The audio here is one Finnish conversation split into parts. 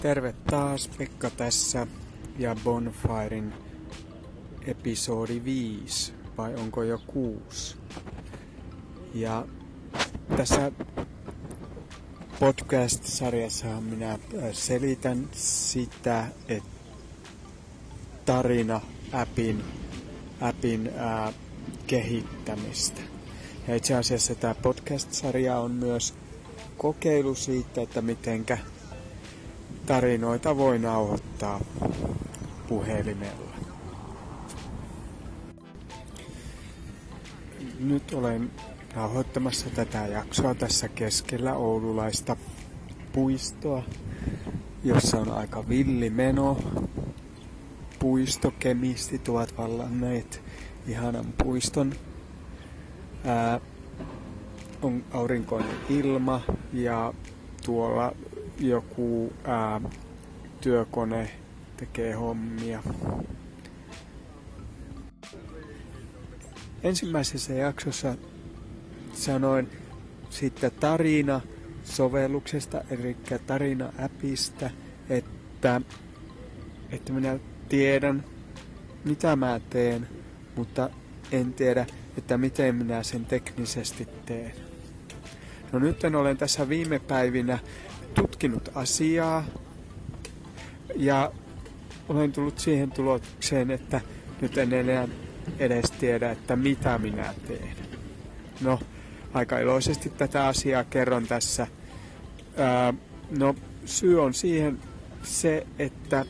Terve taas, Pekka tässä ja Bonfiren episodi 5, vai onko jo 6. Ja tässä podcast-sarjassa minä selitän sitä, että appin kehittämistä. Ja itse asiassa tämä podcast-sarja on myös kokeilu siitä, että mitenkä tarinoita voi nauhoittaa puhelimella. Nyt olen nauhoittamassa tätä jaksoa tässä keskellä oululaista puistoa, jossa on aika villi meno. Puistokemistit ovat vallanneet ihanan puiston. On aurinkoinen ilma ja tuolla joku työkone tekee hommia. Ensimmäisessä jaksossa sanoin siitä Tarina-sovelluksesta, eli Tarina-appista, että minä tiedän, mitä mä teen, mutta en tiedä, että miten minä sen teknisesti teen. No nyt olen tässä viime päivinä tutkinut asiaa ja olen tullut siihen tulokseen, että nyt en enää edes tiedä, että mitä minä teen. No, aika iloisesti tätä asiaa kerron tässä. Syy on siihen se, että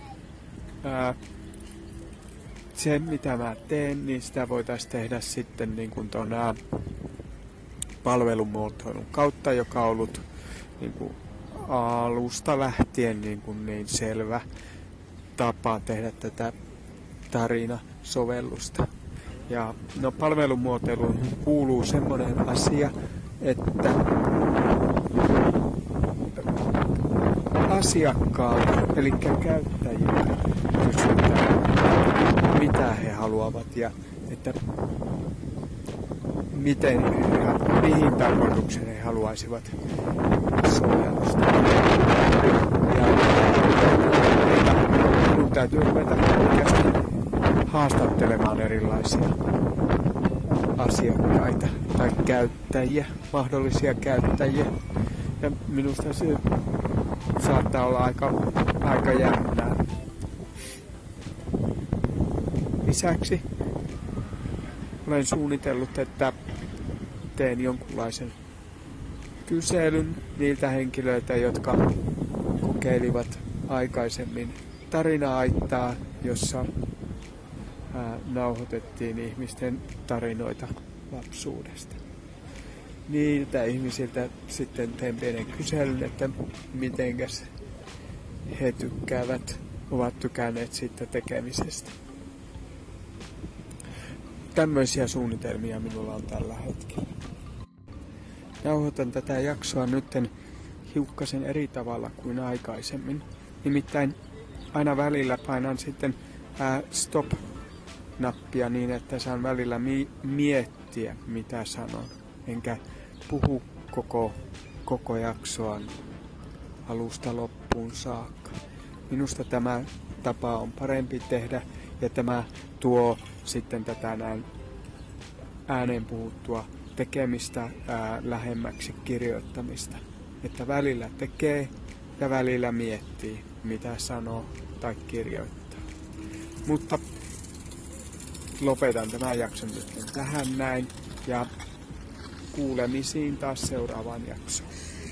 se mitä mä teen, niin sitä voitaisiin tehdä sitten niin kuin tuon palvelumuotoilun kautta, joka on ollut niin kuin alusta lähtien niin selvä tapa tehdä tätä Tarina-sovellusta. Ja palvelumuotoiluun kuuluu semmoinen asia, että asiakkaalta, eli käyttäjiltä kysytään, mitä he haluavat ja että miten ja mihin tarkoitukseen he haluaisivat sovellusta. Ja minun täytyy ruveta haastattelemaan erilaisia asiakkaita tai käyttäjiä, mahdollisia käyttäjiä. Ja minusta se saattaa olla aika jännää. Lisäksi olen suunnitellut, että teen jonkunlaisen kyselyn niiltä henkilöiltä, jotka kokeilivat aikaisemmin tarina-aittaa, jossa nauhoitettiin ihmisten tarinoita lapsuudesta. Niiltä ihmisiltä sitten teen pienen kyselyn, että mitenkäs he ovat tykänneet siitä tekemisestä. Tämmöisiä suunnitelmia minulla on tällä hetkellä. Nauhoitan tätä jaksoa nytten hiukkasen eri tavalla kuin aikaisemmin. Nimittäin aina välillä painan sitten stop-nappia niin, että saan välillä miettiä, mitä sanon. Enkä puhu koko jaksoa alusta loppuun saakka. Minusta tämä tapa on parempi tehdä ja tämä tuo sitten tätä näin ääneen puhuttua tekemistä lähemmäksi kirjoittamista. Että välillä tekee ja välillä miettii, mitä sanoo tai kirjoittaa. Mutta lopetan tämän jakson nyt tähän näin ja kuulemisiin taas seuraavaan jaksoon.